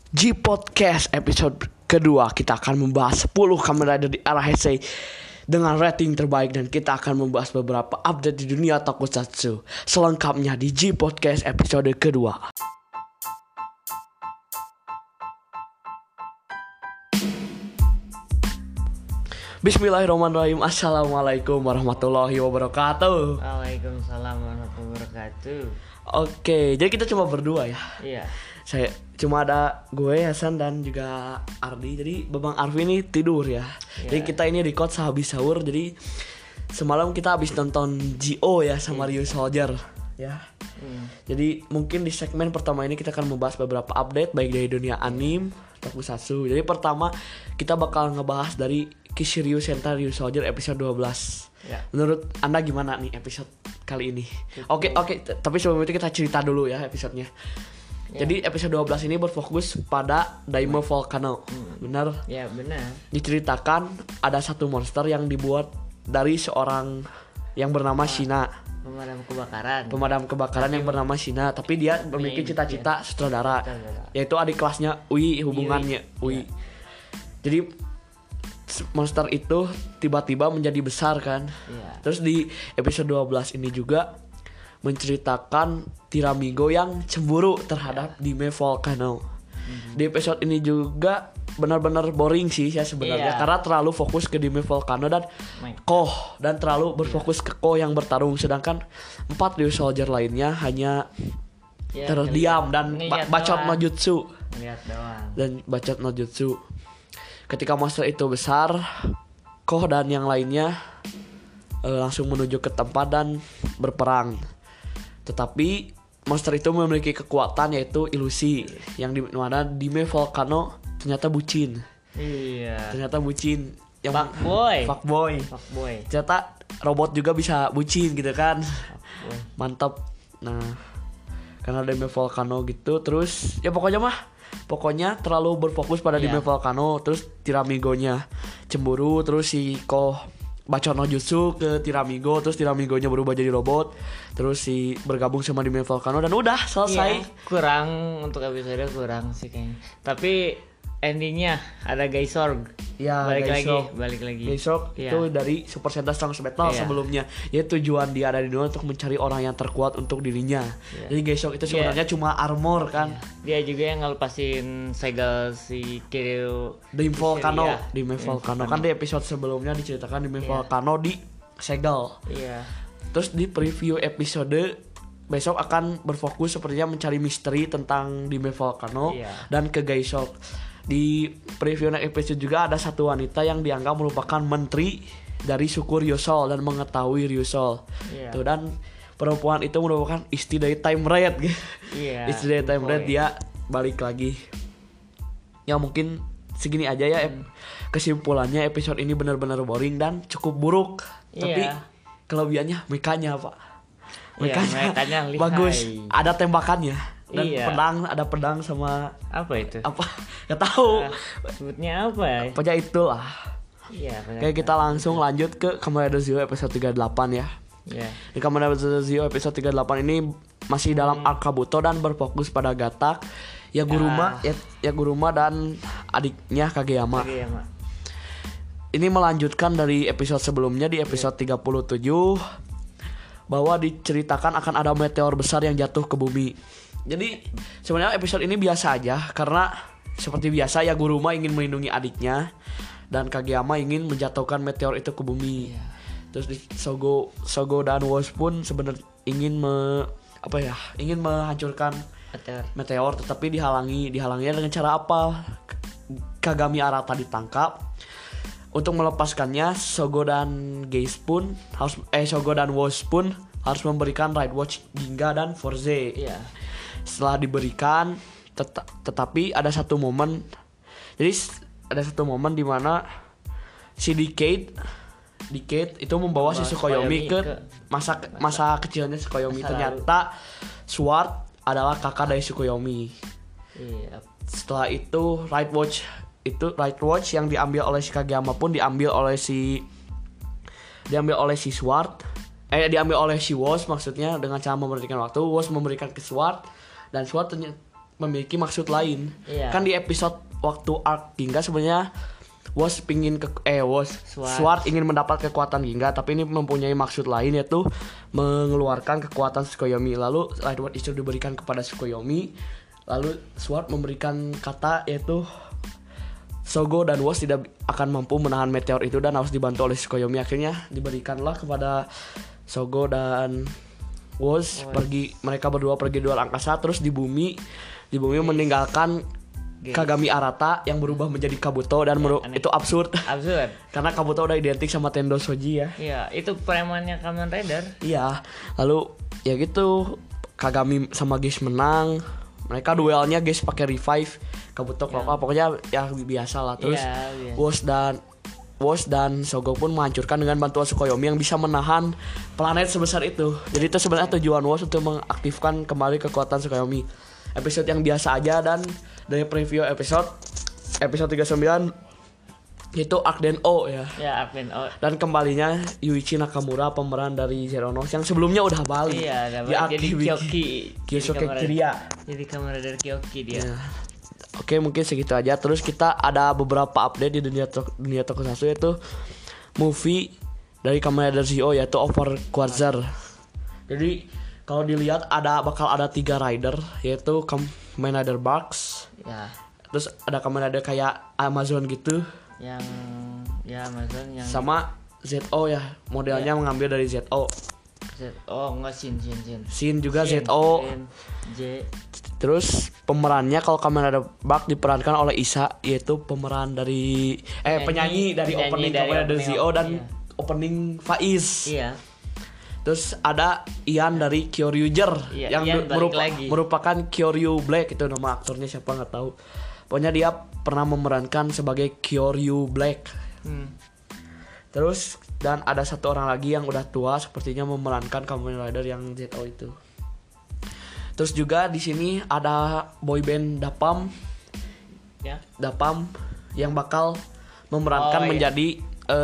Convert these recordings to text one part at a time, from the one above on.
G Podcast episode kedua. Kita akan membahas 10 Kamen Rider di era Heisei dengan rating terbaik, dan kita akan membahas beberapa update di dunia tokusatsu selengkapnya di G Podcast episode kedua. Bismillahirrahmanirrahim. Assalamualaikum warahmatullahi wabarakatuh. Waalaikumsalam warahmatullahi wabarakatuh. Oke, jadi kita cuma berdua ya. Iya. Saya cuma ada gue, Hasan, dan juga Ardi. Jadi Babang Arfi ini tidur ya. Jadi kita ini record sehabis sahur. Jadi semalam kita habis nonton GO ya sama Ryu Soldier ya. Jadi mungkin di segmen pertama ini kita akan membahas beberapa update baik dari dunia anime, tokusatsu. Jadi pertama kita bakal ngebahas dari Kishiryu Sentai Ryu Soldier episode 12. Ya. Menurut Anda gimana nih episode kali ini? Oke, tapi sebelum itu kita cerita dulu ya episodenya. Jadi episode 12 ini berfokus pada Daimyo Volcano. Benar? Ya, benar. Diceritakan ada satu monster yang dibuat dari seorang yang bernama Shina. Pemadam kebakaran yang bernama Shina, tapi dia memiliki cita-cita sutradara, yaitu adik kelasnya Ui, hubungannya Ui. Jadi monster itu tiba-tiba menjadi besar kan. Terus di episode 12 ini juga menceritakan Tiramigo yang cemburu terhadap Daimyo Volcano. Di episode ini juga benar-benar boring sih ya sebenarnya, karena terlalu fokus ke Daimyo Volcano dan Koh, dan terlalu berfokus ke Koh yang bertarung, sedangkan 4 Ryu Soldier lainnya hanya terdiam dan bacot no jutsu. Dan bacot no jutsu. Ketika monster itu besar, Koh dan yang lainnya langsung menuju ke tempat dan berperang. Tetapi monster itu memiliki kekuatan, yaitu ilusi, yang di mana Daimyo Volcano ternyata bucin. Ternyata bucin. Yang fuckboy. Ternyata robot juga bisa bucin gitu kan. Mantap. Nah, karena Daimyo Volcano gitu, terus ya pokoknya terlalu berfokus pada Daimyo Volcano. Terus Tiramigonya cemburu, terus si Koh bacot no jutsu ke Tiramigo, terus Tiramigonya berubah jadi robot, terus si bergabung sama Daimyo Volcano, dan udah selesai. Kurang untuk episode kurang sih kayaknya. Tapi endingnya ada Gaisorg. Balik lagi. Gaisorg itu dari Super Sentai Strongest Battle sebelumnya. Ya, tujuan dia ada di dunia untuk mencari orang yang terkuat untuk dirinya. Jadi Gaisorg itu sebenarnya cuma armor kan. Dia juga yang ngelepasin segel si Kiryu Daimyo Volcano. Kan di episode sebelumnya diceritakan Daimyo Volcano di segel. Terus di preview episode besok akan berfokus sepertinya mencari misteri tentang Daimyo Volcano dan ke Gaisorg. Di preview next episode juga ada satu wanita yang dianggap merupakan menteri dari suku Ryusol dan mengetahui Ryusol. Tuh, dan perempuan itu merupakan istri dari Time Red. Istri dari Time Red, dia balik lagi. Ya mungkin segini aja ya. Kesimpulannya episode ini benar-benar boring dan cukup buruk. Tapi kelebihannya mekanya, Pak. Mekanya bagus. Ada tembakannya. Dan ada pedang sama apa itu? Gak tahu. Sebutnya apa ya? Pokoknya itulah. Kayak kita langsung lanjut ke Kamen Rider Zero episode 38 ya. Di Kamen Rider Zero episode 38 ini masih dalam arc Kabuto dan berfokus pada Gatak, Yaguruma dan adiknya Kageyama. Ini melanjutkan dari episode sebelumnya di episode 37, bahwa diceritakan akan ada meteor besar yang jatuh ke bumi. Jadi sebenarnya episode ini biasa aja, karena seperti biasa Yaguruma ingin melindungi adiknya dan Kageyama ingin menjatuhkan meteor itu ke bumi. Terus Sogo dan Woz pun sebenarnya ingin menghancurkan meteor, tetapi dihalanginya dengan cara apa? Kagami Arata ditangkap. Untuk melepaskannya, Sogo dan Woz pun harus memberikan Right Watch Ginga dan Forze. Setelah diberikan, tetapi ada satu momen di mana si Decade itu membawa si Tsukuyomi ke masa kecilnya Tsukuyomi. Ternyata Sword adalah kakak dari Tsukuyomi. Setelah itu Right Watch yang diambil oleh si Kageyama pun diambil oleh si Sword. Diambil oleh si Woz, maksudnya dengan cara memberikan waktu. Woz memberikan ke Sword, dan Sword memiliki maksud lain. Iya. Kan di episode waktu arc Ginga sebenarnya Sword ingin mendapat kekuatan Ginga, tapi ini mempunyai maksud lain, yaitu mengeluarkan kekuatan Tsukuyomi. Lalu Lightward itu diberikan kepada Tsukuyomi. Lalu Sword memberikan kata yaitu Sogo dan Woz tidak akan mampu menahan meteor itu dan harus dibantu oleh Tsukuyomi. Akhirnya diberikanlah kepada Sogo dan Woz. Mereka berdua pergi di luar angkasa, terus di bumi meninggalkan Kagami Arata yang berubah menjadi Kabuto dan itu absurd. Karena Kabuto udah identik sama Tendo Shoji ya. Iya, itu premannya Kamen Rider. Iya. Lalu ya gitu, Kagami sama Geis menang. Mereka duelnya Geis pakai revive, Kabuto pokoknya ya biasa lah. Terus Woz dan Sogo pun menghancurkan dengan bantuan Tsukuyomi yang bisa menahan planet sebesar itu. Jadi itu sebenarnya tujuan Woz untuk mengaktifkan kembali kekuatan Tsukuyomi. Episode yang biasa aja, dan dari preview episode 39 itu Arc O ya. Ya, Arc O. Dan kembalinya Yuichi Nakamura, pemeran dari Zeronos yang sebelumnya udah balik. Iya, jadi Kyosuke Kiriya. Jadi kamera dari Kyoki dia. Ya. Oke, mungkin segitu aja. Terus kita ada beberapa update di dunia tokusatsu, yaitu movie dari Kamen Rider Zio yaitu Over Quartzer. Jadi kalau dilihat bakal ada 3 rider, yaitu Kamen Rider Barks. Ya. Terus ada Kamen Rider kayak Amazon gitu. Yang Amazon yang sama ZO ya, modelnya mengambil dari ZO. Enggak Shin juga ZO. J. Terus pemerannya kalau Kamen Rider Barks diperankan oleh Isa, yaitu pemeran dari penyanyi dari opening Kamen Rider Zio dan opening Faiz. Iya. Terus ada Ian dari Kyoryuger yang merupakan Kyoryu Black, itu nama aktornya siapa nggak tahu. Pokoknya dia pernah memerankan sebagai Kyoryu Black. Terus dan ada satu orang lagi yang udah tua sepertinya memerankan Kamen Rider yang ZO itu. Terus juga di sini ada boyband Dapam. Ya. Dapam yang bakal memerankan menjadi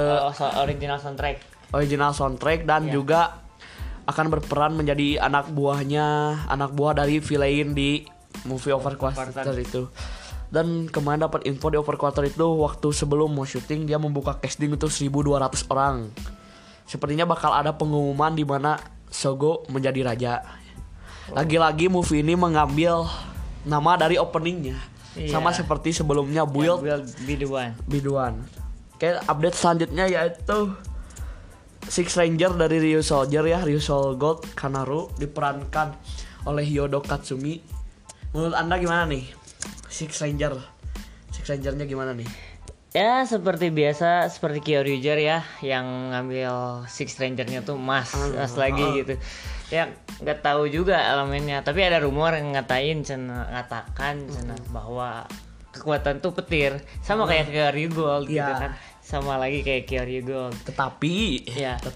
original soundtrack dan juga akan berperan menjadi anak buah dari villain di movie Overquarter itu. Dan kemarin dapat info di Overquarter itu waktu sebelum mau syuting dia membuka casting untuk 1.200 orang. Sepertinya bakal ada pengumuman di mana Sogo menjadi raja. Lagi-lagi movie ini mengambil nama dari openingnya. Sama seperti sebelumnya Build Be The One. Oke, update selanjutnya yaitu Six Ranger dari Ryu Soldier ya, Ryu Soul Gold Kanaru diperankan oleh Hyodo Katsumi. Menurut Anda gimana nih? Six Ranger-nya gimana nih? Ya seperti biasa, seperti Kyoryuger ya, yang ngambil Six Ranger-nya tuh mas lagi gitu. Ya nggak tahu juga elemennya, tapi ada rumor yang ngatakan bahwa kekuatan tuh petir, sama kayak Kyoryu Gold gitu kan. Sama lagi kayak Kyoryu Gold. Tetapi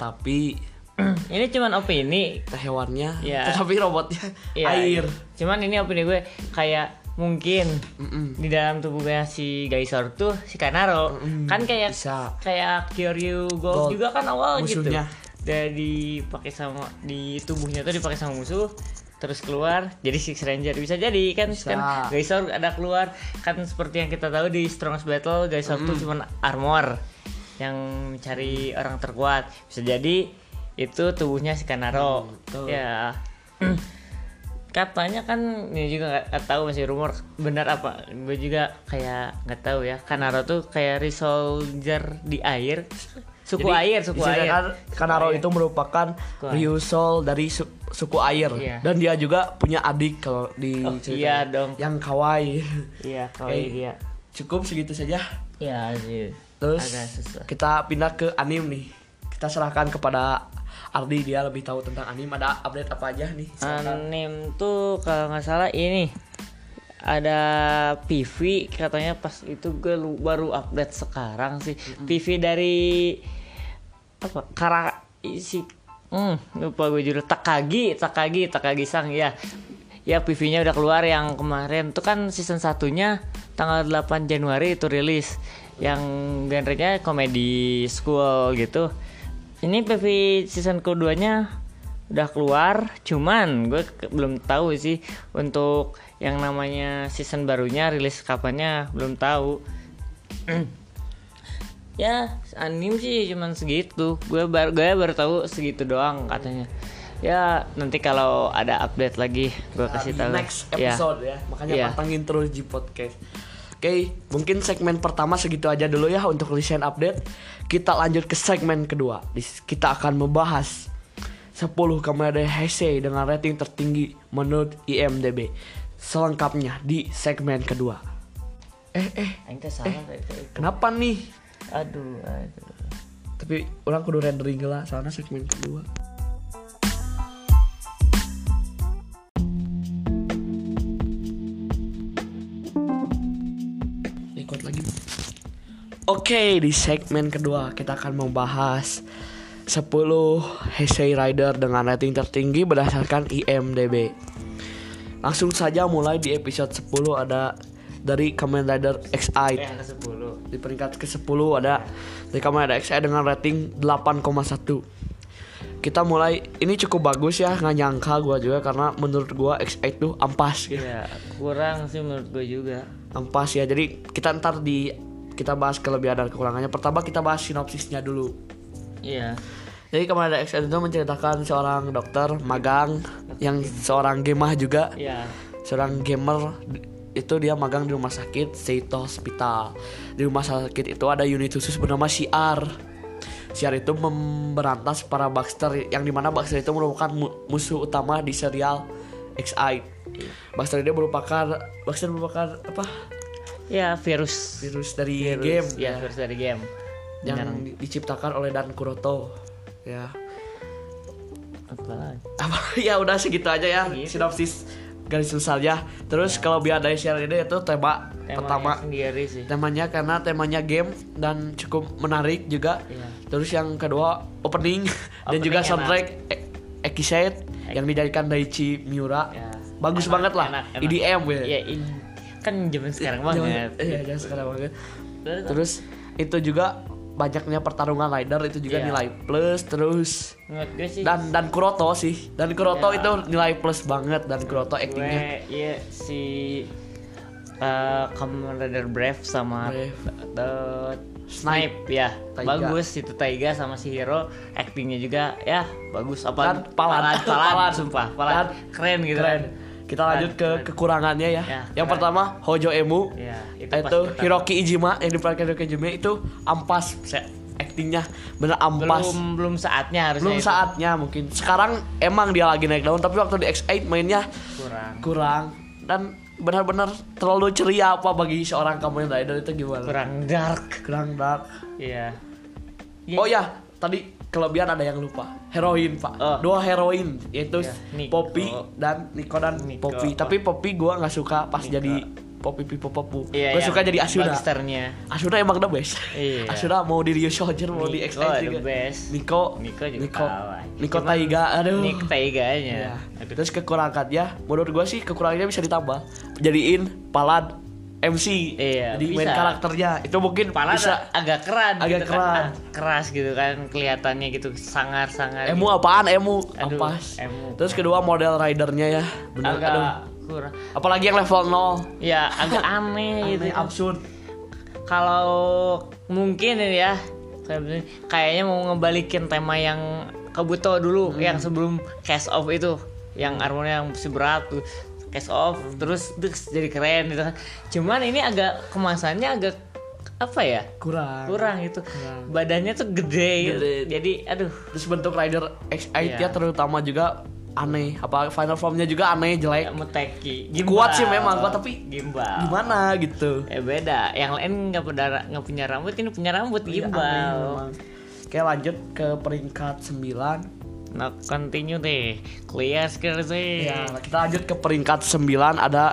ini cuman opini hewannya, tetapi robotnya air. Cuman ini opini gue, kayak mungkin di dalam tubuhnya si Gaisor tuh si Kanaro kan kayak Kyoryu Gold juga kan awal musuhnya. Gitu. Dari pakai sama di tubuhnya tuh dipakai sama musuh, terus keluar jadi Six Ranger. Bisa jadi kan Gaisor ada keluar kan, seperti yang kita tahu di Strongest Battle Gaisor tuh cuma armor yang mencari orang terkuat. Bisa jadi itu tubuhnya si Kanaro. Ya katanya kan, ini juga nggak tahu, masih rumor benar apa, gue juga kayak nggak tahu ya. Kanaro tuh kayak Soldier di air, suku air. Kanaro itu merupakan Ryusol dari suku air, dan dia juga punya adik kalau di yang kawaii. Iya, kawaii dia. Cukup segitu saja. Iya sih. Terus kita pindah ke anime nih. Kita serahkan kepada Ardi, dia lebih tahu tentang anime. Ada update apa aja nih? Anime tuh kalau nggak salah ini ada PV, katanya pas itu gue baru update sekarang sih. PV dari apa? Lupa gue judul Takagi Sang ya. Ya PV-nya udah keluar yang kemarin tuh kan, season 1-nya tanggal 8 Januari itu rilis. Yang genrenya komedi school gitu. Ini PV season keduanya udah keluar, cuman gue belum tahu sih untuk yang namanya season barunya rilis kapannya, belum tahu. Ya anime sih cuman segitu, gue baru tahu segitu doang katanya. Ya nanti kalau ada update lagi gue kasih tahu next episode ya, makanya pantengin terus di podcast. Oke, mungkin segmen pertama segitu aja dulu ya untuk recent update. Kita lanjut ke segmen kedua. Kita akan membahas 10 Kamen Rider Heisei dengan rating tertinggi menurut IMDb. Selengkapnya di segmen kedua. Kenapa nih? Aduh. Tapi orang kudu rendering lah, soalnya segmen kedua. Ikut lagi. Oke, di segmen kedua kita akan membahas 10 Heisei Rider dengan rating tertinggi berdasarkan IMDb. Langsung saja mulai di episode 10 ada dari Kamen Rider X8. Di peringkat ke-10 ada dari Kamen Rider X8 dengan rating 8,1. Kita mulai, ini cukup bagus ya, nggak nyangka gue juga karena menurut gue X8 tuh ampas gitu. Ya, kurang sih menurut gue juga. Ampas ya, jadi kita kita bahas kelebihan dan kekurangannya. Pertama kita bahas sinopsisnya dulu. Iya. Jadi Kamen Rider X8 itu menceritakan seorang dokter magang yang seorang gemah juga. Iya. Seorang gamer itu dia magang di rumah sakit Seito Hospital. Di rumah sakit itu ada unit khusus bernama CR. CR itu memberantas para Baxter, yang dimana Baxter itu merupakan musuh utama di serial X8. Baxter merupakan apa? Ya, virus dari game. Ya, virus dari game yang diciptakan oleh Dan Kuroto. Ya. Apa? Ya udah segitu aja ya. Sinopsis garis besarnya. Terus kalau biar dari share ini itu tema pertama sendiri sih. Temanya game dan cukup menarik juga. Terus yang kedua opening dan juga soundtrack Ekiset yang dijadikan Daichi Miura. Bagus banget lah. Enak. EDM ya. Kan zaman sekarang banget. Iya, sekarang banget. Terus itu juga banyaknya pertarungan rider itu juga nilai plus. Terus dan Kuroto sih. Dan Kuroto itu nilai plus banget, dan Kuroto actingnya. Iya si Kamen Rider Brave sama Snipe ya. Taiga. Bagus itu Taiga sama si Hero actingnya juga ya bagus. Dan Palan sumpah. Palan keren gitu. Kita lanjut ke kekurangannya ya. Yang pertama Hojo Emu. Itu Hiroki Ijima yang diperankan Hiroki Ijima itu ampas. Actingnya bener ampas. Belum saatnya harusnya. Belum saatnya mungkin. Sekarang emang dia lagi naik daun, tapi waktu di X8 mainnya kurang. Dan benar-benar terlalu ceria apa bagi seorang Kamen Rider itu gimana? Kurang dark. Iya. Oh ya, tadi kelebihan ada yang lupa. Heroin, Pak. 2 heroin yaitu Poppy dan Nico. Poppy. Tapi Poppy gua enggak suka pas jadi Poppy Pipopopu. Gua suka jadi Asuna. Asuna emang the best. Asuna mau di Ryu Soldier, mau di X8 juga. Nico Taiga. Aduh. Nick Taiganya. Terus kekurangannya, menurut gua sih kekurangannya bisa ditambah. Jadiin Palan MC, jadi main karakternya itu mungkin Palan bisa agak keren, keras gitu kan kelihatannya gitu, sangar. Emu apaan ampas. Terus kedua model ridernya ya, benar kurang. Apalagi yang level 0. Ya agak aneh gitu, absurd. Kalau mungkin ini ya, kayaknya mau ngebalikin tema yang Kabuto dulu, yang sebelum Cast Off itu, yang armornya yang berat tuh. Cast Off terus jadi keren gitu kan. Cuman ini agak kemasannya agak apa ya? Kurang itu. Badannya tuh gede gitu. Jadi aduh. Terus bentuk Rider X8 ya terutama juga aneh. Apa final formnya juga aneh, jelek. Muteki. Kuat sih memang, tapi gimbal. Gimana gitu. Beda. Yang lain enggak punya rambut, ini punya rambut gimbal. Oke, lanjut ke peringkat 9. Nah, continue deh. Clear sih. Ya, kita lanjut ke peringkat 9 ada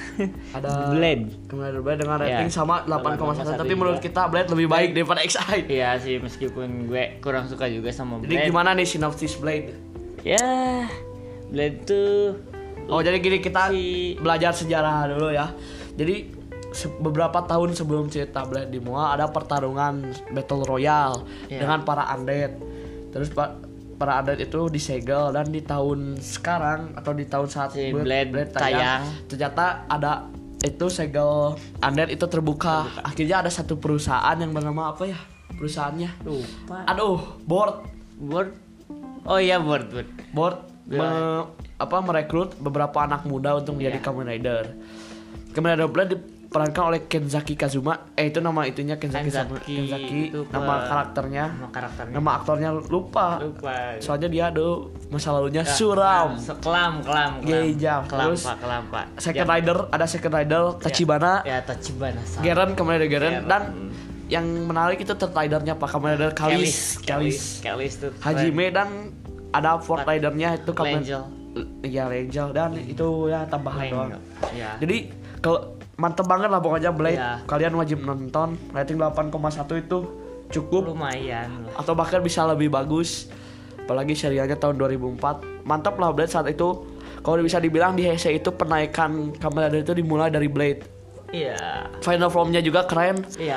Blade. Kemudian Blade dengan rating sama 8,1. Tapi menurut kita Blade lebih baik daripada X8. Iya sih, meskipun gue kurang suka juga sama Blade. Jadi gimana nih sinopsis Blade? Ya, Blade tuh jadi gini, kita belajar sejarah dulu ya. Jadi beberapa tahun sebelum cerita Blade dimulai ada pertarungan Battle Royale dengan para undead. Terus para atlet itu disegel, dan di tahun sekarang atau di tahun saat si Blade tayang ternyata ada itu segel atlet itu terbuka. Akhirnya ada satu perusahaan yang bernama apa ya perusahaannya, lupa, board oh iya board merekrut beberapa anak muda untuk menjadi Kamen Rider. Kamen Rider Blade diperankan oleh Kenzaki Kazuma. Itu nama itunya Kenzaki nama karakternya. Nama aktornya lupa. Soalnya dia masa lalunya suram. Kelam. Geja. Terus Second Rider ada Second Rider Tachibana. Ya Tachibana. Geren, Kamen Rider Geren, dan yang menarik itu third ridernya Pak Kamen Rider Kalis tuh Hajime, dan ada fourth ridernya itu Kamen Ranger, dan itu ya tambahan doang. Ya. Jadi kalau mantep banget lah pokoknya Blade. Kalian wajib nonton. Rating 8,1 itu cukup, lumayan atau bahkan bisa lebih bagus, apalagi serialnya tahun 2004. Mantap lah Blade saat itu. Kalau bisa dibilang di Heisei itu penaikan Kamen Rider itu dimulai dari Blade. Iya. Final form-nya juga keren. Iya.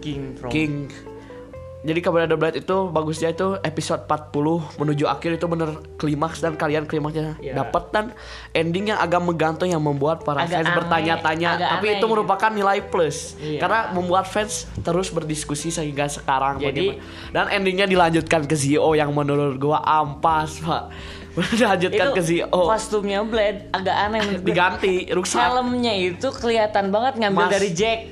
King. Jadi Kamen Rider Blade itu bagusnya itu episode 40 menuju akhir itu bener klimaks, dan kalian klimaksnya dapat, dan ending yang agak menggantung yang membuat para fans bertanya-tanya, tapi itu merupakan nilai plus karena membuat fans terus berdiskusi sehingga sekarang. Jadi dan endingnya dilanjutkan ke Zio yang menurut gua ampas, Pak. Dilanjutkan ke Zio. Kostumnya Blade agak aneh diganti rusak. Helmnya itu kelihatan banget ngambil dari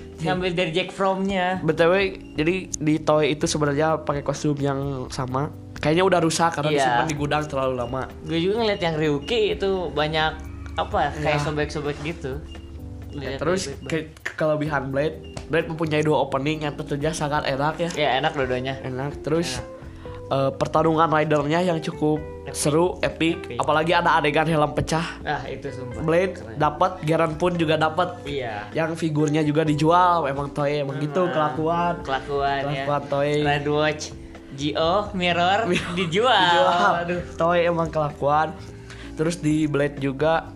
Jack From-nya. BTW, jadi di Toei itu sebenarnya pakai kostum yang sama. Kayaknya udah rusak karena disimpan di gudang terlalu lama. Gue juga ngeliat yang Ryuki itu banyak kayak sobek-sobek gitu. Terus kelebihan Blade mempunyai 2 opening yang tentunya sangat enak ya. Ya enak dua-duanya. Enak. Terus pertarungan ridernya yang cukup seru, epic. Apalagi ada adegan helm pecah. Itu sumpah. Blade dapat, Garen pun juga dapat. Iya. Yang figurnya juga dijual. Emang Toei emang gitu kelakuan ya. Toei. Red Watch, Gio, Mirror dijual. Aduh, Toei emang kelakuan. Terus di Blade juga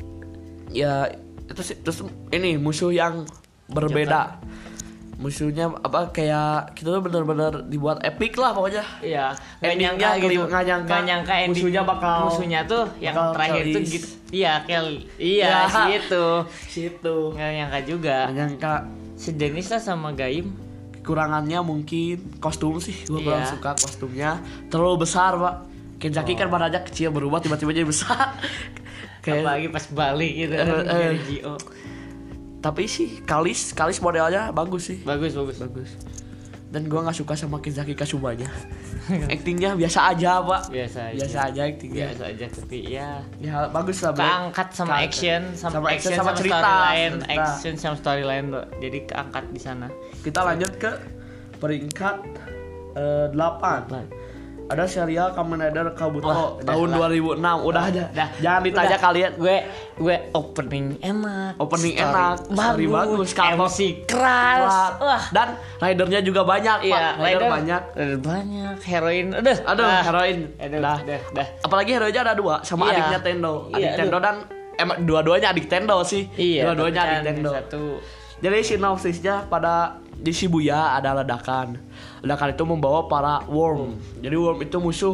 ya itu sih, terus ini musuh yang berbeda. Musuhnya kayak kita tuh benar-benar dibuat epic lah pokoknya. Iya. Endingnya nggak nyangka musuhnya musuhnya tuh yang terakhir itu gitu. Iya, situ. Nggak nyangka juga. Nggak nyangka. Sejenis lah sama Gaim. Kekurangannya mungkin kostum sih. Gue kurang suka kostumnya. Terlalu besar, Pak. Kenzaki kan badannya kecil berubah tiba-tiba jadi besar. Apalagi pas balik gitu dari Gio. Tapi sih Kalis modelnya bagus sih. Bagus. Dan gue nggak suka sama Kenzaki Kasubanya. Actingnya biasa aja, Pak. Biasa aja actingnya. Biasa aja, tapi ya bagus lah. Keangkat sama action sama cerita. Action sama storyline, jadi keangkat di sana. Kita lanjut ke peringkat 8. Ada serial Kamen Rider Kabuto tahun 2006. Udah aja. Jangan ditanya kalian. Gue opening enak. Bagus. MC keras. Dan ridernya juga banyak, Pak. Rider banyak. Heroin. Heroin. Apalagi heroinnya ada 2 sama adiknya Tendo. Tendo dan dua-duanya adik Tendo sih. Dua-duanya adik Tendo. Jadi sinopsisnya di Shibuya ada ledakan. Ledakan itu membawa para worm. Jadi worm itu musuh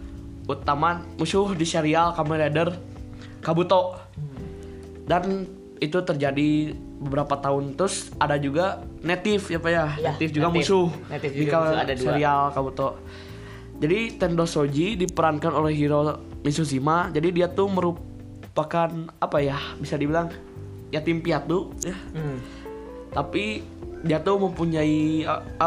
di serial Kamen Rider Kabuto. Dan itu terjadi beberapa tahun. Terus ada juga Native Native juga musuh di serial Kabuto. Jadi Tendo Shoji diperankan oleh Hiro Mizujima. Jadi dia tuh merupakan bisa dibilang yatim piatu ya. Tapi dia tuh mempunyai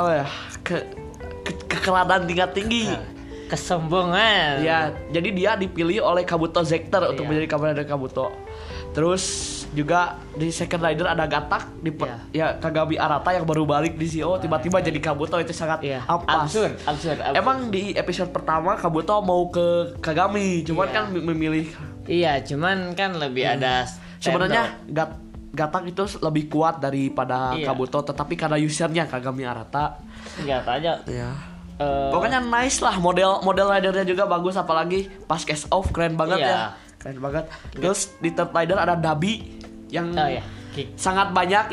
kekeladan tingkat tinggi, kesombongan. Ya, jadi dia dipilih oleh Kabuto Sector untuk menjadi Kamen Rider Kabuto. Terus juga di Second Rider ada Gatak Kagami Arata yang baru balik di Zio tiba-tiba jadi Kabuto. Itu sangat absurd. Emang di episode pertama Kabuto mau ke Kagami, cuman kan memilih. Iya, cuman kan lebih ada sebenarnya Gatak itu lebih kuat daripada Kabuto, tetapi karena usernya Kagami Arata. Enggak aja. Ya. Pokoknya nice lah, model ridernya juga bagus, apalagi pas cast off keren banget ya. Keren banget. Terus di third rider ada Dabi yang sangat banyak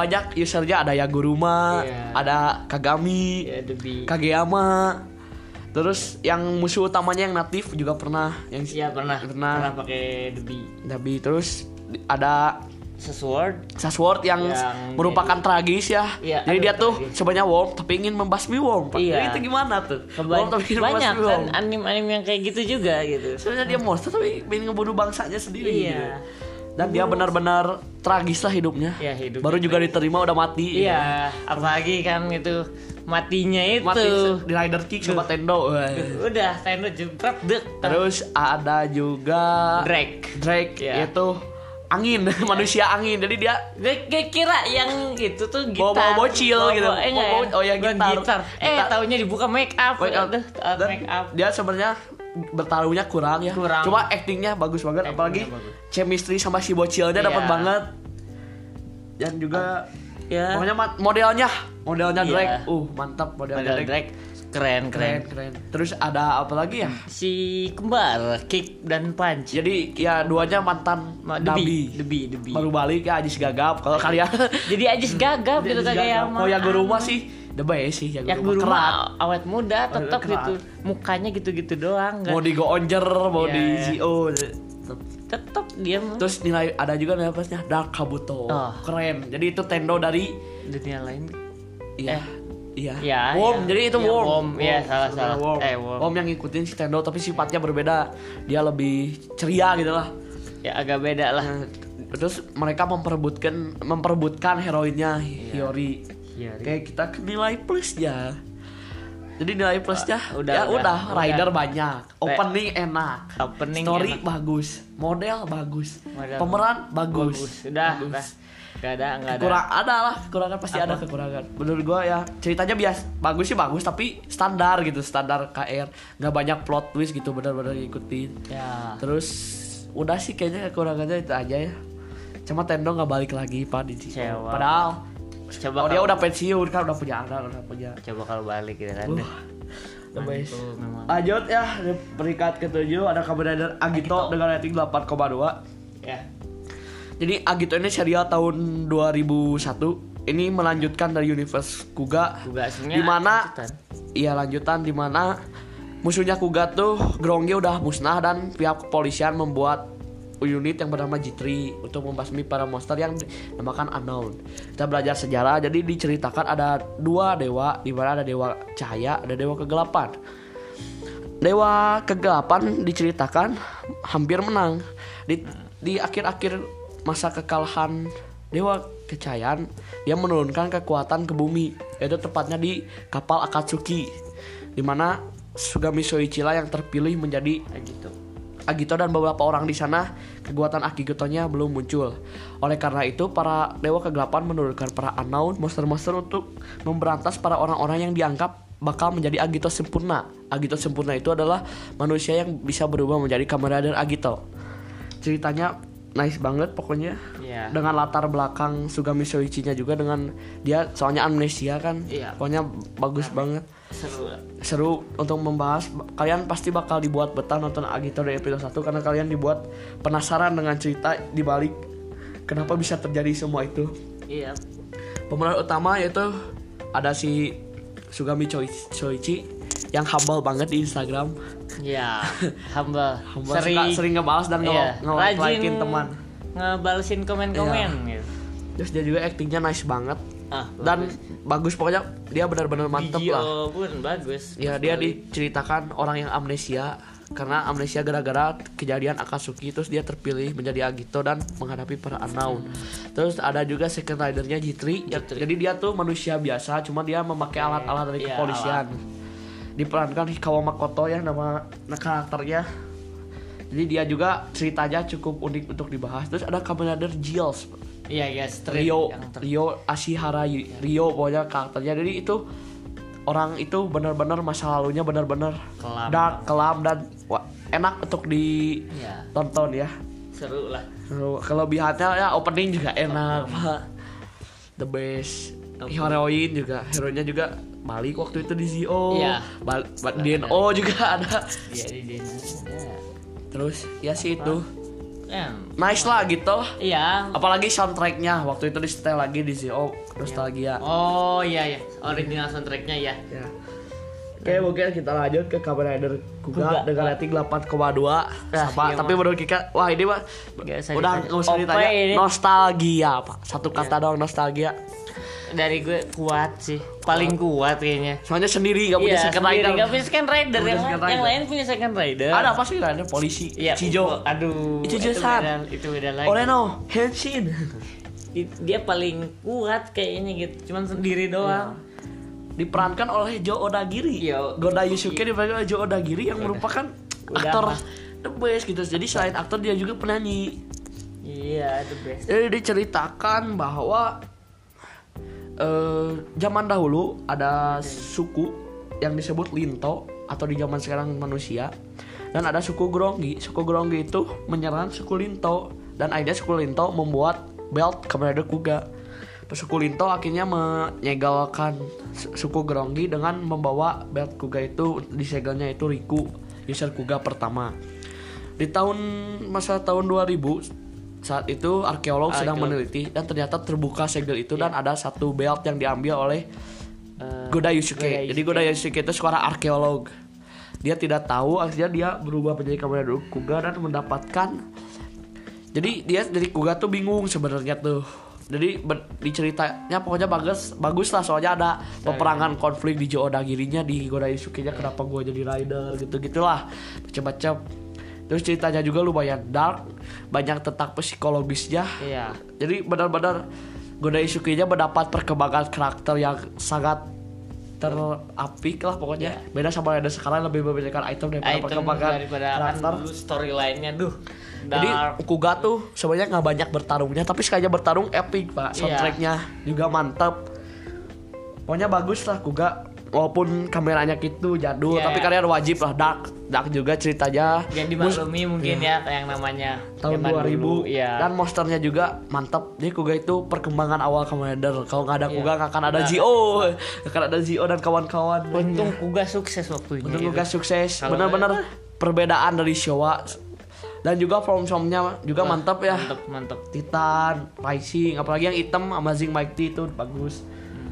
usernya, ada Yaguruma, ada Kagami, Kageyama. Terus yang musuh utamanya yang natif juga pernah. Iya pernah pakai Debi. Terus ada Sasword yang merupakan tragis ya. Jadi dia tuh sebenarnya worm tapi ingin membasmi worm. Jadi itu gimana tuh? Worm tapi ingin membasmi worm. Banyak kan anime yang kayak gitu juga gitu. Sebenarnya dia monster tapi ingin ngebunuh bangsanya sendiri gitu. Dan dia benar-benar tragis lah hidupnya. Baru juga diterima udah mati. Iya, apalagi kan itu matinya itu mati di rider kick sama Tendo. Udah Tendo jebret dek. Terus ada juga Drake itu angin, manusia angin. Jadi dia kira yang itu tuh gitar. Bawa bocil gitu. Gitar. Taunya dibuka make up. Dia sebenarnya bertarungnya kurang ya. Cuma actingnya bagus banget, apalagi chemistry sama si bocilnya dapat banget. Dan juga pokoknya modelnya Drake. Mantap modelnya Drake. Keren. Terus ada apa lagi ya? Si kembar Kick dan Punch. Jadi ya duanya mantan Debi. Baru balik ya Ajis Gagap. Kalau kalian jadi Ajis Gagap gitu kayak yang Yaguruma sih the best sih. Yaguruma awet muda tetap gitu. Mukanya gitu-gitu doang. Mau di Go Onger, mau di Zio. Tetap dia. Terus nilai ada juga nilai plusnya Dark Kabuto. Keren. Jadi itu Tendo dari dunia lain. Iya. Worm. Jadi itu Worm. Iya, salah. Worm yang ngikutin si Tendo tapi sifatnya berbeda. Dia lebih ceria gitu lah. Ya agak beda lah. Terus mereka memperebutkan heroinnya Hiyori. Kayak kita ke nilai plus ya. Jadi nilai plusnya udah rider banyak, opening enak, story bagus, model bagus, pemeran bagus. Udah. Gak ada. Kekurangan pasti ada kekurangan. Menurut gua ya ceritanya bagus tapi standar KR, nggak banyak plot twist gitu, benar-benar ngikutin. Terus udah sih kayaknya kekurangannya itu aja ya. Cuma Tendo nggak balik lagi Pak di sini. Padahal dia udah pensiun kan, udah punya anak, udah punya. Coba kalau balik gitu kan. Lanjut ya, peringkat ke-7 ada Kamen Rider Agito dengan rating 8,2. Ya. Jadi Agito ini serial tahun 2001. Ini melanjutkan dari universe Kuga. Di mana lanjutan di mana musuhnya Kuga tuh Grongi udah musnah dan pihak kepolisian membuat unit yang bernama G3 untuk membasmi para monster yang dinamakan Unknown. Kita belajar sejarah, jadi diceritakan ada 2 dewa, di mana ada dewa cahaya, ada dewa kegelapan. Dewa kegelapan diceritakan hampir menang di akhir-akhir masa kekalahan dewa kecahayaan. Dia menurunkan kekuatan ke bumi, yaitu tepatnya di kapal Akatsuki, di mana Sugami Soichira yang terpilih menjadi Agito dan beberapa orang di sana kekuatan Akigito-nya belum muncul. Oleh karena itu, para dewa kegelapan menurunkan para Unknown monster-monster untuk memberantas para orang-orang yang dianggap bakal menjadi Agito sempurna. Agito sempurna itu adalah manusia yang bisa berubah menjadi Kamen Rider Agito. Ceritanya nice banget pokoknya. Dengan latar belakang Sugami Soichi-nya juga, dengan dia soalnya amnesia kan. Pokoknya bagus banget. Seru untuk membahas. Kalian pasti bakal dibuat betah nonton Agito dari episode 1 karena kalian dibuat penasaran dengan cerita di balik kenapa bisa terjadi semua itu. Pemeran utama yaitu ada si Sugami Soichi yang humble banget di Instagram. Humble. Sering ngebales dan nge-like-in teman. Ngebalesin komen-komen gitu. Terus dia juga actingnya nice banget. Dan bagus pokoknya, dia benar-benar mantep lah. Video pun bagus. Ya, dia diceritakan orang yang amnesia karena amnesia gara-gara kejadian Akatsuki, terus dia terpilih menjadi Agito dan menghadapi para Unknown. Terus ada juga second ridernya G3. Jadi dia tuh manusia biasa, cuma dia memakai alat-alat dari kepolisian. Diperankan Hikawa Makoto ya nama karakternya. Jadi dia juga ceritanya cukup unik untuk dibahas. Terus ada Kamen Rider Giles. Rio Ashihara Rio pokoknya karakternya. Jadi itu orang itu benar-benar masa lalunya benar-benar dark, kelam dan enak untuk ditonton ya. Seru lah. Kelebihannya ya opening juga enak, Pak. The best. Heroin juga, hero-nya juga balik waktu itu di Zio. DNO juga ada. Di DNO. Terus ya sih itu. Nice lah gitu. Apalagi soundtracknya waktu itu di setel lagi di Zio nostalgia. Original soundtracknya ya. Oke, mungkin kita lanjut ke Kamen Rider Kuga dengan rating 8,2 sama. Tapi menurut Kika, wah ini mah udah nggak usah ditanya. Nostalgia Pak. Satu kata doang, nostalgia. Dari gue kuat sih, paling kuat kayaknya. Soalnya sendiri gak punya second rider. Gak punya second rider. Yang lain punya second rider. Ada apa sih rider polisi? Ya, Chijo. Aduh. Itu beda lagi. Oreno, Henshin. Dia paling kuat kayaknya gitu. Cuman sendiri doang. Diperankan oleh Joe Odagiri. Goda Yusuke diperankan oleh Joe Odagiri yang merupakan aktor the best gitu. Jadi selain aktor dia juga penyanyi. Iya, the best. Jadi diceritakan bahwa zaman dahulu ada suku yang disebut Linto atau di zaman sekarang manusia, dan ada suku Grongi. Suku Grongi itu menyerang suku Linto dan akhirnya suku Linto membuat belt Kamen Rider Kuga. Suku Linto akhirnya menyegalkan suku Grongi dengan membawa belt Kuga itu, disegelnya itu Riku, user Kuga pertama. Di masa tahun 2000 saat itu arkeolog sedang meneliti dan ternyata terbuka segel itu dan ada satu belt yang diambil oleh Goda Yusuke. Jadi Goda Yusuke itu seorang arkeolog. Dia tidak tahu, akhirnya dia berubah menjadi Kamen Rider Kuga dan mendapatkan. Jadi dia dari Kuga tuh bingung sebenarnya tuh. Jadi diceritanya pokoknya bagus lah, soalnya ada peperangan konflik di Joe Odagirinya, di Goda Yusuke-nya kenapa gue jadi rider gitu-gitulah macam-macam. Terus ceritanya juga lumayan dark, banyak tentang psikologisnya. Iya. Jadi benar-benar Goda Yusuke-nya mendapat perkembangan karakter yang sangat terapik lah pokoknya. Beda sama rider sekarang, lebih memberikan item daripada perkembangan karakter. Kan storyline-nya Jadi Kuga tuh sebenarnya nggak banyak bertarungnya, tapi sekalinya bertarung epic Pak. Soundtracknya juga mantap. Pokoknya bagus lah Kuga. Walaupun kameranya gitu jadul, tapi kalian wajib lah dark juga ceritanya. Yang dimaklumi mungkin ya yang namanya tahun 2000 dan monsternya juga mantap. Jadi Kuga itu perkembangan awal Kamen Rider. Kalau nggak ada Kuga nggak akan ada Zio, dan kawan-kawan. Untung Kuga sukses waktunya. Untung Kuga sukses. Benar-benar perbedaan dari Showa. Dan juga from-nya juga mantap ya. Mantap. Titan, Rising, apalagi yang hitam Amazing Mighty itu bagus.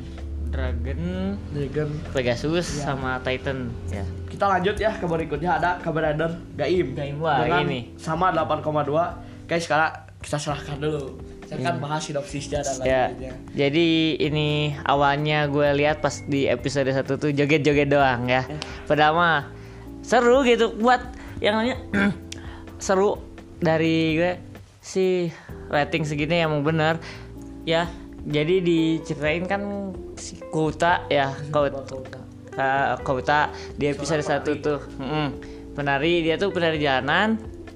Dragon, Pegasus sama Titan ya. Kita lanjut ya ke berikutnya, ada Kamen Rider Gaim. Wah, ini sama 8,2. Guys, sekarang kita serahkan dulu. Saya kan bahas sinopsisnya dan lain-lainnya. Jadi ini awalnya gue lihat pas di episode 1 tuh joget-joget doang ya. Pertama seru gitu, buat yang namanya seru. Dari gue sih rating segini emang bener ya. Jadi diceritain kan si Kouta ya, Kouta di episode 1 tuh penari, dia tuh penari jalanan,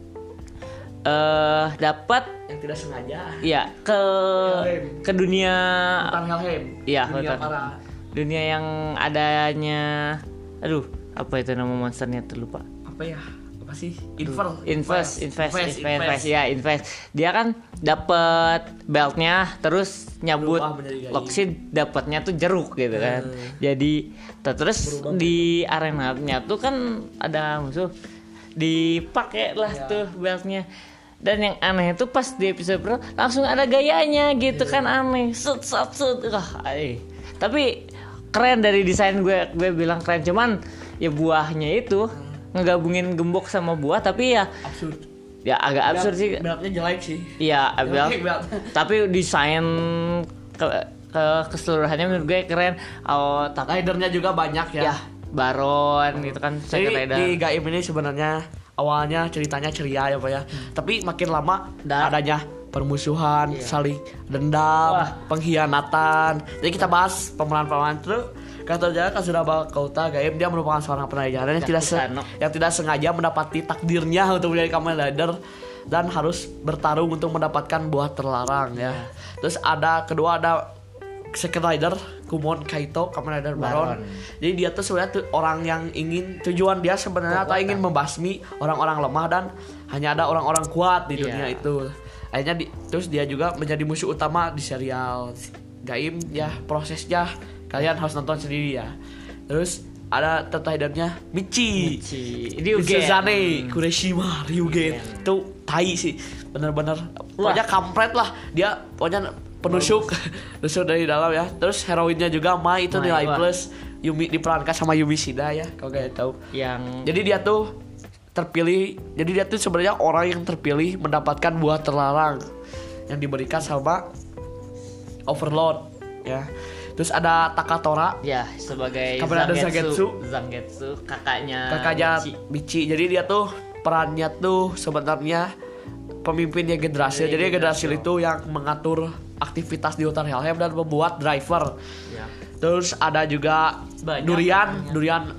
dapat yang tidak sengaja ya ke dunia Helheim. Iya, dunia yang adanya, aduh apa itu nama monsternya terlupa. Apa ya? Apa sih? Invest. Dia kan dapat beltnya, terus nyabut Loxid, dapatnya tuh jeruk gitu kan. Jadi terus di arenanya tuh kan ada musuh, dipakai lah tuh beltnya. Dan yang aneh itu pas di episode pertama langsung ada gayanya gitu kan, aneh. Tapi keren dari desain, gue bilang keren, cuman ya buahnya itu ngegabungin gembok sama buah, tapi ya absurd. Ya agak absurd sih. Beltnya jelek sih. Iya, tapi desain keseluruhannya menurut gue keren. Tapi ridernya juga banyak ya. Baron gitu kan. Jadi di Gaim ini sebenarnya awalnya ceritanya ceria ya Pak ya. Tapi makin lama adanya permusuhan, saling dendam, pengkhianatan. Jadi kita bahas pemeran-pemeran itu. Katanya Kazunaba Kouta Gaim, dia merupakan seorang penari jalanan yang tidak sengaja mendapati takdirnya untuk menjadi Kamen Rider dan harus bertarung untuk mendapatkan buah terlarang ya. Terus kedua ada Second Rider Kumon Kaito, Kamen Rider Baron. Jadi dia tuh sebenarnya orang yang tujuan dia sebenarnya ingin membasmi orang-orang lemah dan hanya ada orang-orang kuat di dunia itu. Akhirnya terus dia juga menjadi musuh utama di serial Gaim ya. Prosesnya kalian harus nonton sendiri ya. Terus ada ridernya Michi Ryugen, Kureshima Ryugen. Itu tai sih, bener-bener pokoknya kampret lah dia, pokoknya penusuk dari dalam ya. Terus heroinnya juga Mai itu nilai plus Yumi diperankan sama Yumi Shida ya, kalau kalian tahu. Jadi dia tuh terpilih, jadi dia tuh sebenarnya orang yang terpilih mendapatkan buah terlarang yang diberikan sama Overlord ya. Terus ada Takatora ya sebagai Zangetsu kakaknya Michi. Jadi dia tuh perannya tuh sebenarnya pemimpin yang generasi. Jadi generasi itu yang mengatur aktivitas di hutan Helheim dan membuat driver. Ya. Terus ada juga Durian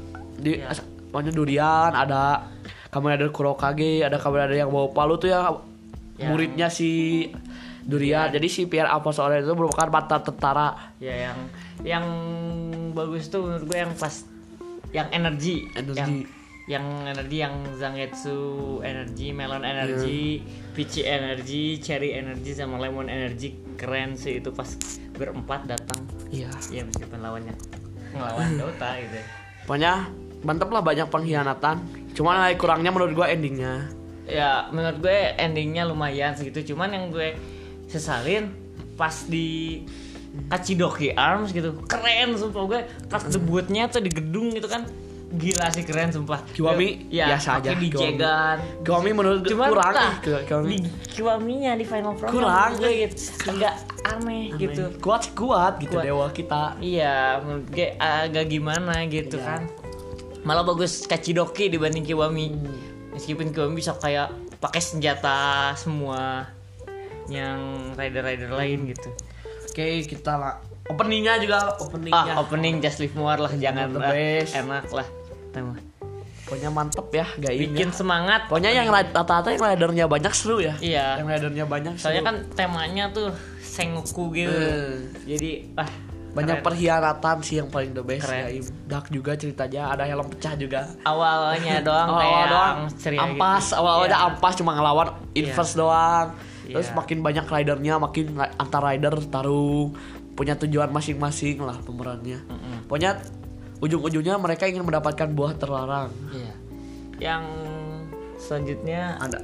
pokoknya Durian, ada Kamen Rider Kurokage, ada Kamen Rider yang bawa palu tuh ya. Muridnya si Durian. Jadi si Pierre Apostoles itu merupakan mantan tentara. Ya yang bagus tuh menurut gue yang pas yang energi. Yang energi yang Zangetsu energi, Melon energi, Peachy energi, Cherry energi sama Lemon energi keren sih itu pas berempat datang. Iya meskipun lawannya ngelawan Dota gitu. Pokoknya mantep lah, banyak pengkhianatan. Cuman kurangnya menurut gue endingnya. Ya menurut gue endingnya lumayan segitu. Cuman yang gue sesalin pas di Kachidoki Arms gitu keren sumpah gue pas debutnya tuh di gedung gitu kan. Gila sih keren sumpah. Kiwami biasa aja. Kiwami menurut gue kurang di Kiwaminya di Final Form kurang gitu. Enggak aneh gitu. Kuat gitu dewa kita. Iya, menurut gue agak gimana gitu kan. Malah bagus Kachidoki dibanding Kiwami. Meskipun Kiwami bisa kayak pakai senjata semua yang rider lain gitu. Oke, kita lah openingnya opening Just Live More lah, jangan enak lah tema. Pokoknya mantep ya, bikin semangat. Pokoknya yang rata-rata yang ridernya banyak seru ya. Iya. Yang ridernya banyak. Soalnya kan temanya tuh Sengoku gitu. Jadi banyak perhianatan sih yang paling the best. Dark juga ceritanya, ada helm pecah juga. Awalnya doang ampas, awalnya ampas cuma ngelawan inverse doang. Terus makin banyak ridernya, makin antar rider tarung, punya tujuan masing-masing lah pemerannya. Pokoknya ujung-ujungnya mereka ingin mendapatkan buah terlarang. Iya. Yang selanjutnya ada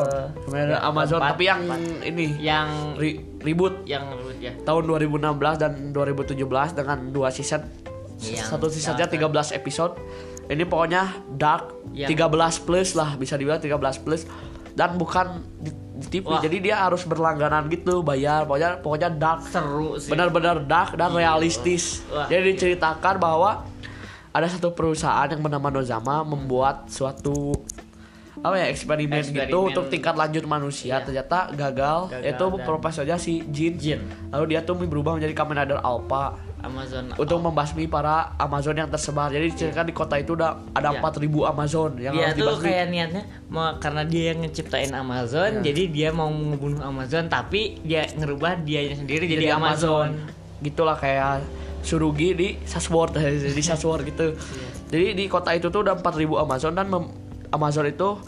Amazon, tapi yang ini yang reboot ya. Tahun 2016 dan 2017 dengan 2 season. Satu seasonnya 13 episode. Ini pokoknya dark 13 plus lah, bisa dibilang 13 plus. Dan bukan di TV, jadi dia harus berlangganan gitu, bayar. Pokoknya dark, seru sih, benar-benar dark dan realistis. Jadi diceritakan bahwa ada satu perusahaan yang bernama Nozama membuat suatu eksperimen gitu untuk tingkat lanjut manusia. Ternyata gagal. Itu profesornya si Jin. Lalu dia tuh berubah menjadi Kamen Rider Alpha Amazon untuk membasmi para Amazon yang tersebar. Jadi diceritakan di kota itu ada 4.000 Amazon yang harus dibasmi. Dia tuh kayak niatnya karena dia yang ngeciptain Amazon, jadi dia mau ngebunuh Amazon, tapi dia ngerubah dianya sendiri jadi Amazon. Gitulah kayak Surugi di Sasword gitu. Jadi di kota itu tuh udah 4.000 Amazon, dan Amazon itu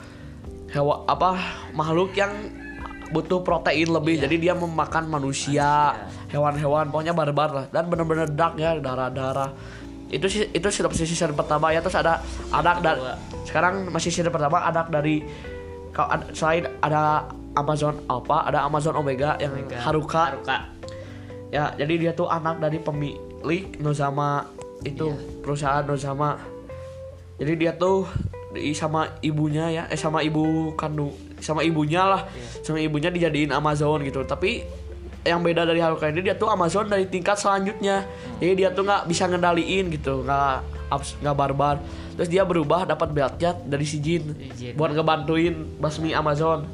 makhluk yang butuh protein lebih. Jadi dia memakan manusia, hewan-hewan, pokoknya barbar lah. Dan benar-benar dark ya, darah-darah. Itu sudah season pertama ya. Terus ada anak dari sekarang masih season pertama, anak dari selain ada Amazon Alpha, ada Amazon Omega yang Haruka. Ya, jadi dia tuh anak dari pemilik Nozama itu, perusahaan Nozama. Jadi dia tuh sama ibunya ya, sama ibu kandung, sama ibunya lah, sama ibunya dijadiin Amazon gitu. Tapi yang beda dari Haruka ini, dia tuh Amazon dari tingkat selanjutnya. Jadi dia tuh nggak bisa ngendaliin gitu, nggak barbar. Terus dia berubah, dapat beltnya dari si Jin buat ngebantuin basmi Amazon.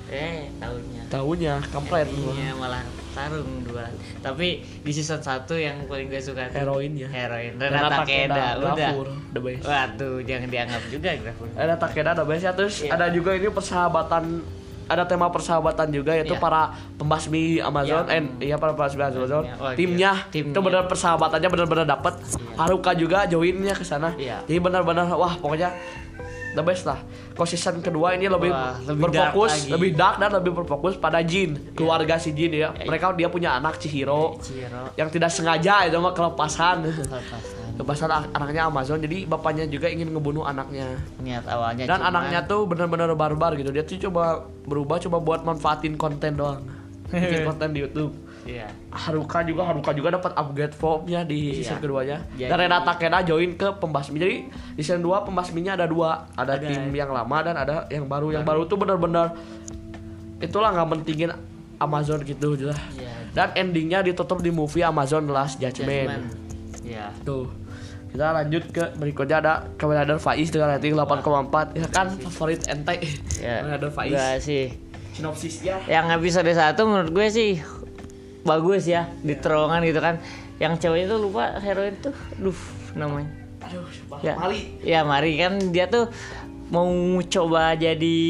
Tahunya kampret. Iya, malah tarung dua. Tapi di season 1 yang paling gue suka heroin Renata Takeda udah the best. Waduh, jangan dianggap juga Grafur. Renata Takeda the best ya. Terus ada juga ini persahabatan, ada tema persahabatan juga, yaitu para pembasmi Amazon, para pembasmi Amazon. Timnya itu benar persahabatannya benar-benar dapat. Haruka juga joinnya ke sana. Jadi benar-benar pokoknya the best lah. Kalau season kedua ini lebih berfokus, lebih dark dan lebih berfokus pada Jin, keluarga si Jin ya. Mereka dia punya anak Chihiro yang tidak sengaja itu mah kelepasan anaknya Amazon. Jadi bapaknya juga ingin ngebunuh anaknya. Niat awalnya. Dan anaknya tuh benar-benar barbar gitu. Dia tuh coba buat manfaatin konten doang. Bikin konten di YouTube. Iya. Haruka juga dapat upgrade formnya di season keduanya. Jadi, dan Renata Kena join ke pembasmi. Jadi di season 2 pembasminya ada 2. Ada tim yang lama dan ada yang baru. Yang baru tuh benar-benar itulah nggak mentingin Amazon gitu lah. Iya. Dan endingnya ditutup di movie Amazon Last Judgment. Iya. Tuh. Kita lanjut ke berikutnya ada Kamen Rider Faiz dengan rating 8,4. Ya kan favorit ente. Ya. Kamen Rider Faiz. Enggak sih. Sinopsisnya. Yang episode 1 menurut gue sih bagus ya, di terowongan gitu kan. Yang ceweknya tuh lupa heroin tuh, namanya. Aduh, Ya. Mari. Ya, Mari kan dia tuh mau coba jadi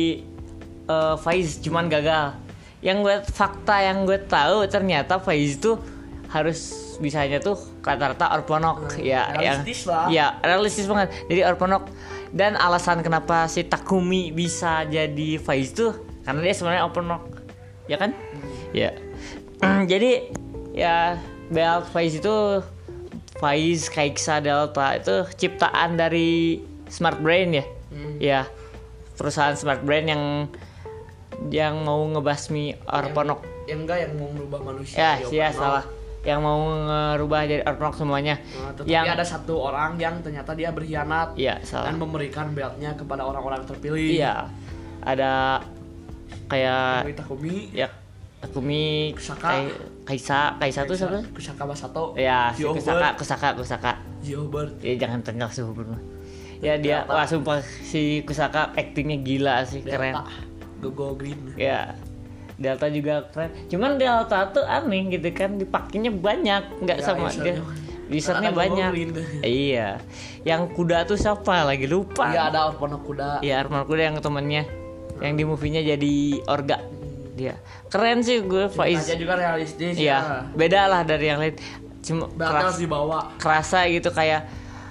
Faiz cuman gagal. Fakta yang gue tahu ternyata Faiz tuh harus bisanya tuh rata-rata orponok realistis lah. Ya, realistis banget. Jadi orponok, dan alasan kenapa si Takumi bisa jadi Faiz tuh karena dia sebenarnya orponok. Ya kan? Ya. Jadi ya belt Faiz itu Faiz Kaiksa Delta itu ciptaan dari Smart Brain ya. Ya. Perusahaan Smart Brain yang mau ngebasmi orponok. Yang mau merubah manusia. Ya, salah. Yang mau ngerubah jadi orponok semuanya. Tetapi ada satu orang yang ternyata dia berkhianat. Iya, salah. Dan memberikan beltnya kepada orang-orang terpilih. Iya. Ada kayak Takumi. Ya, Takumi, Kusaka. Kaisa tuh siapa? Kusaka Masato. Ya, si Kusaka. Geobird. Ya jangan tengah suhu bro. Ya dia, wah sumpah si Kusaka aktingnya gila sih, keren. Gogo Green. Ya, Delta juga keren. Cuman Delta tuh aneh gitu kan, dipakainya banyak, nggak sama dia. Usernya banyak. Iya. Yang kuda tuh siapa? Lagi lupa. Iya, ada Orponok kuda. Iya, Orponok kuda yang temannya. Yang di movie-nya jadi Orga. Dia. Keren sih gue Faiz. Ceritanya juga realistis. Iya. Beda lah dari yang lain. Cuma harus dibawa. Kerasa gitu kayak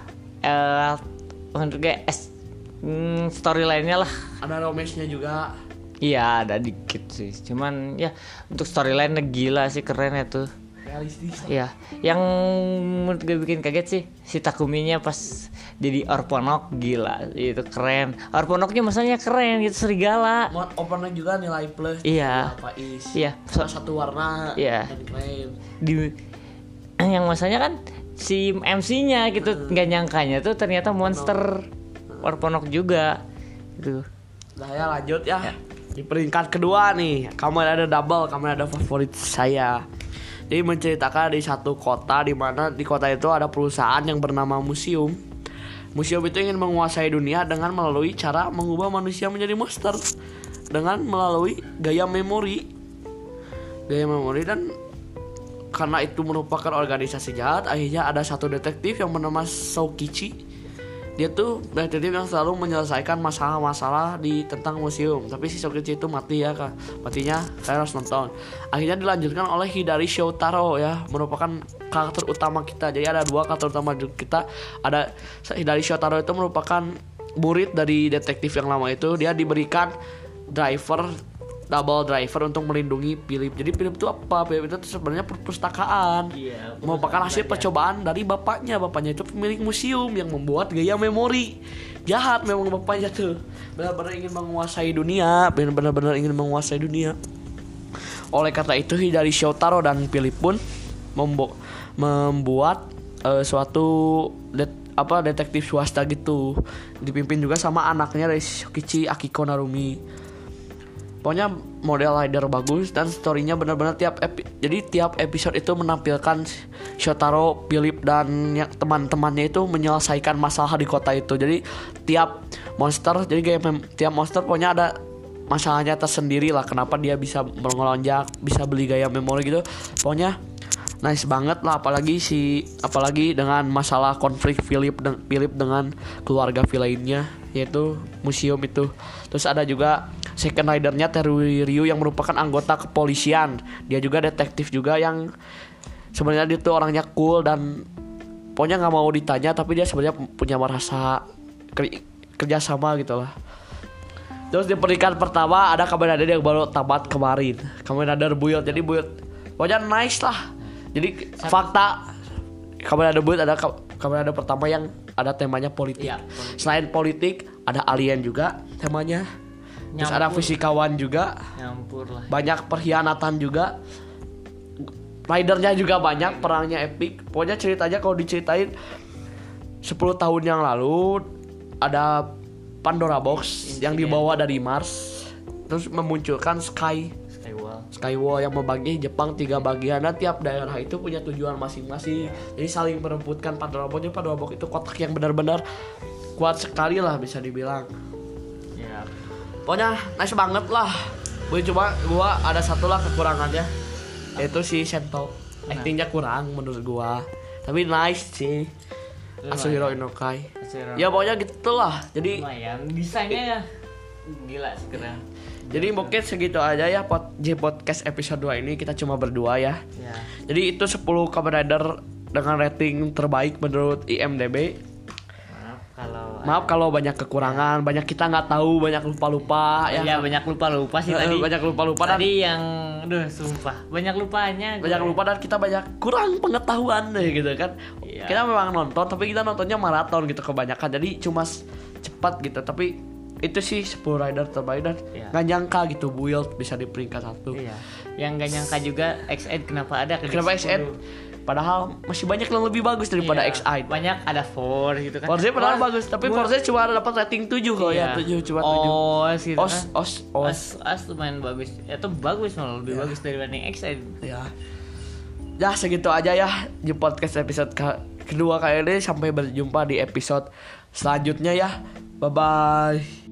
menurut gue storyline-nya lah. Ada romance-nya juga. Iya, ada dikit sih. Cuman ya untuk storyline-nya gila sih, keren ya tuh. Realistis. Iya, yang menurut gue bikin kaget sih si Takuminya pas jadi Orponok, gila, itu keren. Orponoknya maksudnya keren gitu, serigala. Mod opener juga nilai plus. Iya. Faiz. Iya. Salah satu warna. Iya. Dan keren. Yang masanya kan si MC-nya gitu, nggak nyangkanya tuh ternyata monster Orponok juga gitu. Nah ya lanjut ya. Di peringkat kedua nih, Kamen Rider Double, Kamen Rider favorit saya. Jadi menceritakan di satu kota, di mana di kota itu ada perusahaan yang bernama Museum. Museum itu ingin menguasai dunia dengan melalui cara mengubah manusia menjadi monster dengan melalui gaya memori. Dan karena itu merupakan organisasi jahat, akhirnya ada satu detektif yang bernama Soukichi. Dia tuh detektif yang selalu menyelesaikan masalah-masalah tentang museum. Tapi si Soukichi itu mati ya kak. Matinya saya harus nonton. Akhirnya dilanjutkan oleh Hidari Shotaro ya, merupakan karakter utama kita. Jadi ada 2 karakter utama kita. Ada Hidari Shotaro itu merupakan murid dari detektif yang lama itu. Dia diberikan double driver untuk melindungi Philip. Jadi Philip itu apa? Philip itu sebenarnya perpustakaan. Iya, merupakan hasil percobaan dari bapaknya. Bapaknya itu pemilik museum yang membuat gaya memori. Jahat memang bapaknya tuh. Benar-benar ingin menguasai dunia. Oleh kata itu Hidari Shotaro dan Philip pun membuat suatu detektif swasta gitu. Dipimpin juga sama anaknya dari Shokichi Akiko Narumi. Pokoknya model rider bagus dan storynya benar-benar tiap episode itu menampilkan Shotaro, Philip dan teman-temannya itu menyelesaikan masalah di kota itu. Jadi tiap monster pokoknya ada masalahnya tersendiri lah. Kenapa dia bisa melonjak, bisa beli gaya memori gitu. Pokoknya nice banget lah, apalagi dengan masalah konflik Philip dengan keluarga lainnya, yaitu museum itu. Terus ada juga second ridernya Teruyu yang merupakan anggota kepolisian. Dia juga detektif juga yang sebenarnya dia tuh orangnya cool dan pokoknya nggak mau ditanya, tapi dia sebenarnya punya rasa kerjasama gitu lah. Terus di peringkat pertama ada Kamen Rider yang baru tamat kemarin, Kamen Rider Build. Jadi Build pokoknya nice lah. Jadi fakta Kamen Rider Build ada Kamen Rider pertama yang ada temanya politik. Ya, selain politik ada alien juga temanya. Terus ada fisikawan juga. Nyampur lah. Banyak perhianatan juga. ridernya juga banyak, perangnya epic. Pokoknya ceritanya kalau diceritain 10 tahun yang lalu ada Pandora Box yang dibawa dari Mars, terus memunculkan Skywall yang membagi Jepang 3 bagian, dan tiap daerah itu punya tujuan masing-masing. Jadi saling merebutkan Pandora Box. Pandora Box itu kotak yang benar-benar kuat sekali lah bisa dibilang. Ya. Pokoknya nice banget lah. Gua ada satu lah kekurangannya, yaitu si Sento. Actingnya kurang menurut gua. Tapi nice sih. Asuhiro Inokai. Ya pokoknya gitulah. Jadi lumayan. Desainnya ya gila sekarang. Jadi mungkin segitu aja ya Podcast episode 2 ini, kita cuma berdua ya. Jadi itu 10 Kamen Rider dengan rating terbaik menurut IMDb. Maaf kalau banyak kekurangan, banyak kita nggak tahu, banyak lupa-lupa ya. Iya, banyak lupa-lupa sih tadi. Banyak lupa-lupa tadi yang sumpah, banyak lupanya. Banyak lupa dan kita banyak kurang pengetahuan deh gitu kan. Iya. Kita memang nonton tapi kita nontonnya maraton gitu kebanyakan. Jadi cuma cepat gitu, tapi itu sih 10 rider terbaik dan gak nyangka gitu Build bisa di peringkat 1. Iya. Yang gak nyangka juga X8 kenapa ada? Kenapa X8? Padahal masih banyak yang lebih bagus daripada X8. Banyak ada Force gitu kan. Force padahal bagus, tapi Force cuma dapat rating 7 kok ya. 7 cuma 7. Gitu Os lumayan bagus. Itu bagus malah lebih bagus daripada X8. Ya. Ya segitu aja ya di podcast episode kedua kali ini. Sampai berjumpa di episode selanjutnya ya. Bye bye.